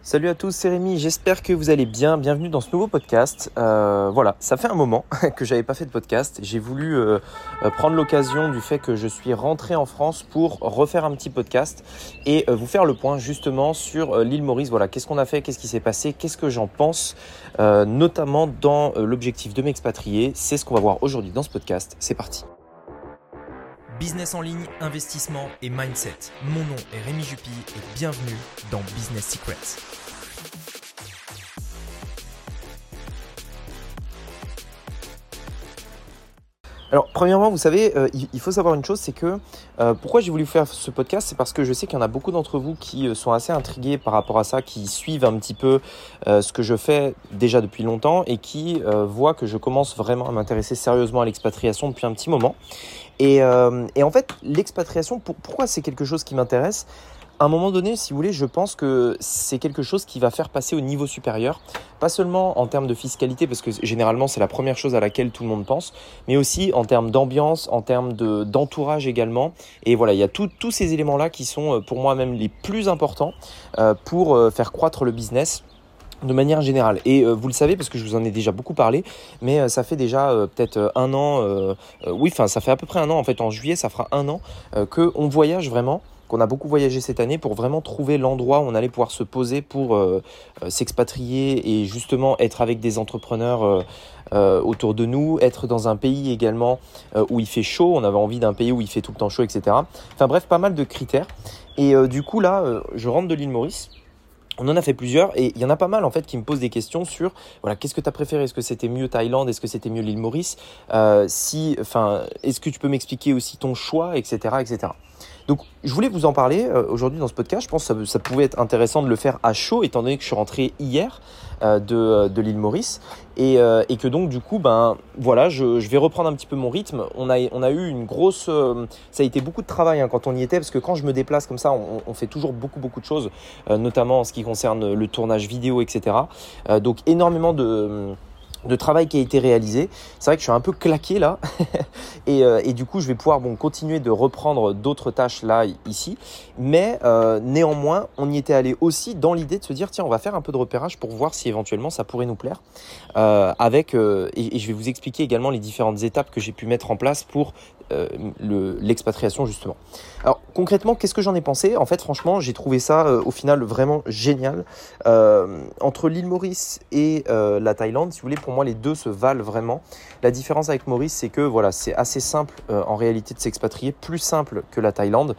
Salut à tous, c'est Rémi, j'espère que vous allez bien, bienvenue dans ce nouveau podcast. Voilà, ça fait un moment que j'avais pas fait de podcast, j'ai voulu prendre l'occasion du fait que je suis rentré en France pour refaire un petit podcast et vous faire le point justement sur l'île Maurice. Voilà, qu'est-ce qu'on a fait, qu'est-ce qui s'est passé, qu'est-ce que j'en pense, notamment dans l'objectif de m'expatrier. C'est ce qu'on va voir aujourd'hui dans ce podcast, c'est parti. Business en ligne, investissement et mindset. Mon nom est Rémi Jupy et bienvenue dans Business Secrets. Alors, premièrement, vous savez, il faut savoir une chose, c'est que pourquoi j'ai voulu faire ce podcast, c'est parce que je sais qu'il y en a beaucoup d'entre vous qui sont assez intrigués par rapport à ça, qui suivent un petit peu ce que je fais déjà depuis longtemps et qui voient que je commence vraiment à m'intéresser sérieusement à l'expatriation depuis un petit moment. Et en fait, l'expatriation, pourquoi c'est quelque chose qui m'intéresse ? À un moment donné, si vous voulez, je pense que c'est quelque chose qui va faire passer au niveau supérieur, pas seulement en termes de fiscalité, parce que généralement c'est la première chose à laquelle tout le monde pense, mais aussi en termes d'ambiance, en termes d'entourage également. Et voilà, il y a tous ces éléments-là qui sont pour moi même les plus importants pour faire croître le business de manière générale. Et vous le savez parce que je vous en ai déjà beaucoup parlé, mais ça fait déjà peut-être un an, ça fait à peu près un an en fait, en juillet ça fera un an qu'on voyage vraiment, qu'on a beaucoup voyagé cette année pour vraiment trouver l'endroit où on allait pouvoir se poser pour s'expatrier et justement être avec des entrepreneurs autour de nous, être dans un pays également où il fait chaud, on avait envie d'un pays où il fait tout le temps chaud, etc. Enfin bref, pas mal de critères. Et du coup là, je rentre de l'île Maurice. On en a fait plusieurs et il y en a pas mal en fait qui me posent des questions sur voilà, qu'est-ce que tu as préféré, est-ce que c'était mieux Thaïlande, est-ce que c'était mieux l'île Maurice, est-ce que tu peux m'expliquer aussi ton choix, etc., etc. Donc je voulais vous en parler aujourd'hui dans ce podcast. Je pense que ça pouvait être intéressant de le faire à chaud étant donné que je suis rentré hier de l'île Maurice et que donc du coup voilà, je vais reprendre un petit peu mon rythme. On a eu une grosse ça a été beaucoup de travail quand on y était, parce que quand je me déplace comme ça on fait toujours beaucoup de choses, notamment en ce qui concerne le tournage vidéo, etc. Donc énormément de travail qui a été réalisé. C'est vrai que je suis un peu claqué là et du coup je vais pouvoir continuer de reprendre d'autres tâches là ici, mais néanmoins on y était allé aussi dans l'idée de se dire tiens, on va faire un peu de repérage pour voir si éventuellement ça pourrait nous plaire et je vais vous expliquer également les différentes étapes que j'ai pu mettre en place pour l'expatriation justement. Alors concrètement, qu'est-ce que j'en ai pensé ? En fait franchement j'ai trouvé ça au final vraiment génial. Entre l'île Maurice et la Thaïlande, si vous voulez, pour moi les deux se valent vraiment. La différence avec Maurice, c'est que voilà, c'est assez simple en réalité de s'expatrier, plus simple que la Thaïlande.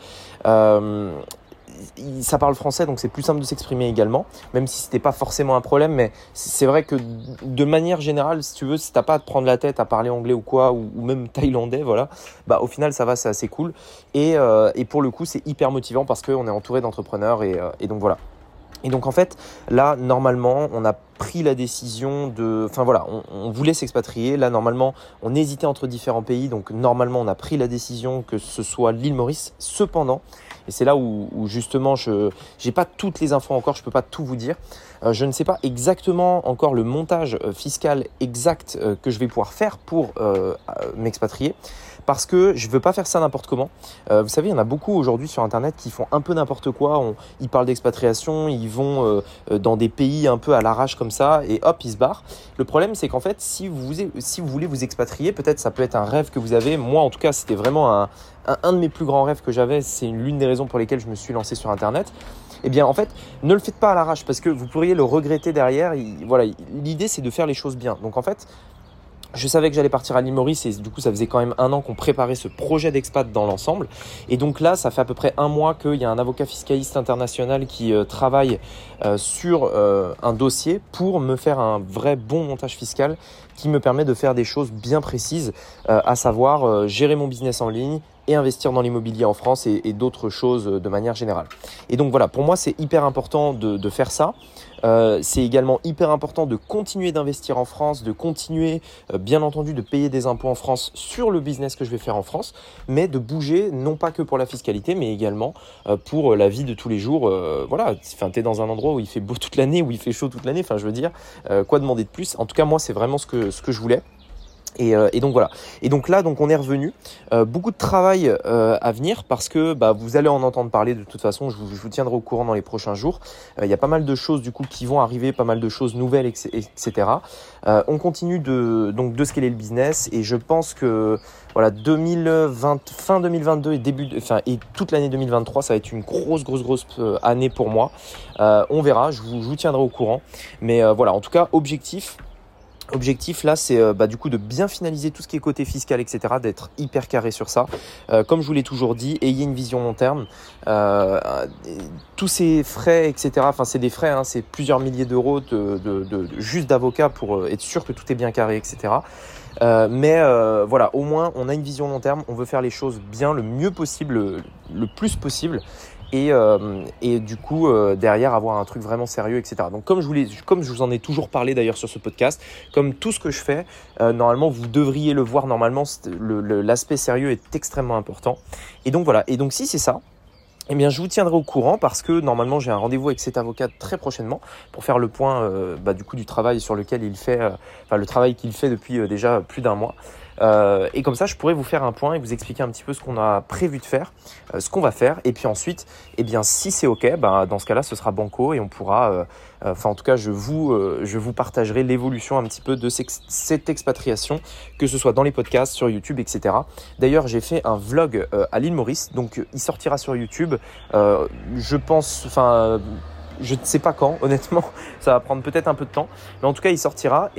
Ça parle français, donc c'est plus simple de s'exprimer également, même si c'était pas forcément un problème, mais c'est vrai que de manière générale, si tu veux, si t'as pas à te prendre la tête à parler anglais ou quoi, ou même thaïlandais, voilà, au final ça va, c'est assez cool. Et pour le coup, c'est hyper motivant parce qu'on est entouré d'entrepreneurs et donc voilà. Et donc en fait, là, normalement, on a pris la décision on voulait s'expatrier. Là, normalement, on hésitait entre différents pays. Donc normalement, on a pris la décision que ce soit l'île Maurice. Cependant, et c'est là où justement, je n'ai pas toutes les infos encore, je ne peux pas tout vous dire. Je ne sais pas exactement encore le montage fiscal exact que je vais pouvoir faire pour m'expatrier. Parce que je ne veux pas faire ça n'importe comment. Vous savez, il y en a beaucoup aujourd'hui sur Internet qui font un peu n'importe quoi. Ils parlent d'expatriation, ils vont dans des pays un peu à l'arrache comme ça et hop, ils se barrent. Le problème, c'est qu'en fait, si vous voulez vous expatrier, peut-être ça peut être un rêve que vous avez. Moi, en tout cas, c'était vraiment un de mes plus grands rêves que j'avais. C'est l'une des raisons pour lesquelles je me suis lancé sur Internet. Eh bien, en fait, ne le faites pas à l'arrache parce que vous pourriez le regretter derrière. Voilà, l'idée, c'est de faire les choses bien. Donc, en fait, je savais que j'allais partir à l'île Maurice et du coup ça faisait quand même un an qu'on préparait ce projet d'expat dans l'ensemble. Et donc là, ça fait à peu près un mois qu'il y a un avocat fiscaliste international qui travaille sur un dossier pour me faire un vrai bon montage fiscal qui me permet de faire des choses bien précises, à savoir gérer mon business en ligne et investir dans l'immobilier en France et d'autres choses de manière générale. Et donc voilà, pour moi c'est hyper important de faire ça. C'est également hyper important de continuer d'investir en France, de continuer bien entendu de payer des impôts en France sur le business que je vais faire en France, mais de bouger non pas que pour la fiscalité mais également pour la vie de tous les jours. Voilà, t'es dans un endroit où il fait beau toute l'année, où il fait chaud toute l'année, je veux dire, quoi demander de plus ? En tout cas moi c'est vraiment ce que je voulais. Et donc voilà. Et donc là, on est revenu. Beaucoup de travail à venir parce que vous allez en entendre parler de toute façon. Je vous tiendrai au courant dans les prochains jours. Il y a pas mal de choses du coup qui vont arriver, pas mal de choses nouvelles, etc. On continue de scaler le business et je pense que voilà 2020, fin 2022 et toute l'année 2023, ça va être une grosse année pour moi. On verra. Je vous tiendrai au courant. Mais voilà. En tout cas, Objectif là, c'est du coup de bien finaliser tout ce qui est côté fiscal, etc., d'être hyper carré sur ça. Comme je vous l'ai toujours dit, ayez une vision long terme. Tous ces frais, etc., enfin c'est des frais, c'est plusieurs milliers d'euros juste d'avocat pour être sûr que tout est bien carré, etc. Mais voilà, au moins on a une vision long terme, on veut faire les choses bien, le mieux possible, le plus possible. Et du coup derrière avoir un truc vraiment sérieux, etc. Donc comme je vous en ai toujours parlé d'ailleurs sur ce podcast, comme tout ce que je fais, normalement vous devriez le voir, normalement l'aspect sérieux est extrêmement important. Et donc voilà, et donc si c'est ça, eh bien, je vous tiendrai au courant parce que normalement j'ai un rendez-vous avec cet avocat très prochainement pour faire le point du coup du travail sur lequel il fait, le travail qu'il fait depuis déjà plus d'un mois. Et comme ça, je pourrais vous faire un point et vous expliquer un petit peu ce qu'on a prévu de faire, ce qu'on va faire. Et puis ensuite, eh bien, si c'est OK, dans ce cas-là, ce sera banco et on pourra, en tout cas, je vous partagerai l'évolution un petit peu de cette expatriation, que ce soit dans les podcasts, sur YouTube, etc. D'ailleurs, j'ai fait un vlog à l'île Maurice, donc il sortira sur YouTube. Je pense, je ne sais pas quand, honnêtement, ça va prendre peut-être un peu de temps, mais en tout cas, il sortira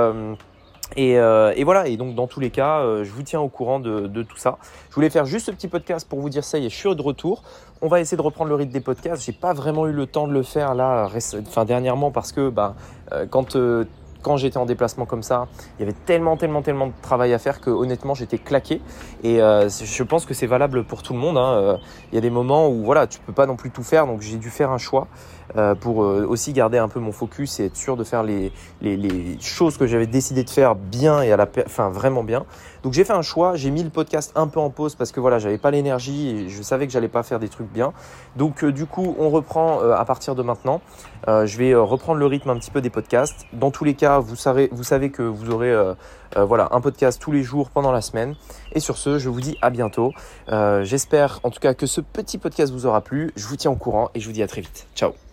et voilà, et donc dans tous les cas, je vous tiens au courant de tout ça. Je voulais faire juste ce petit podcast pour vous dire ça y est, je suis de retour. On va essayer de reprendre le rythme des podcasts. J'ai pas vraiment eu le temps de le faire là, dernièrement parce que quand j'étais en déplacement comme ça, il y avait tellement de travail à faire que honnêtement j'étais claqué. Et je pense que c'est valable pour tout le monde. Il y a des moments où voilà, tu peux pas non plus tout faire, donc j'ai dû faire un choix pour aussi garder un peu mon focus et être sûr de faire les choses que j'avais décidé de faire bien et vraiment bien. Donc j'ai fait un choix, j'ai mis le podcast un peu en pause parce que voilà, j'avais pas l'énergie et je savais que j'allais pas faire des trucs bien. Donc du coup, on reprend à partir de maintenant. Je vais reprendre le rythme un petit peu des podcasts. Dans tous les cas, vous savez que vous aurez un podcast tous les jours pendant la semaine. Et sur ce, je vous dis à bientôt. J'espère en tout cas que ce petit podcast vous aura plu. Je vous tiens au courant et je vous dis à très vite. Ciao.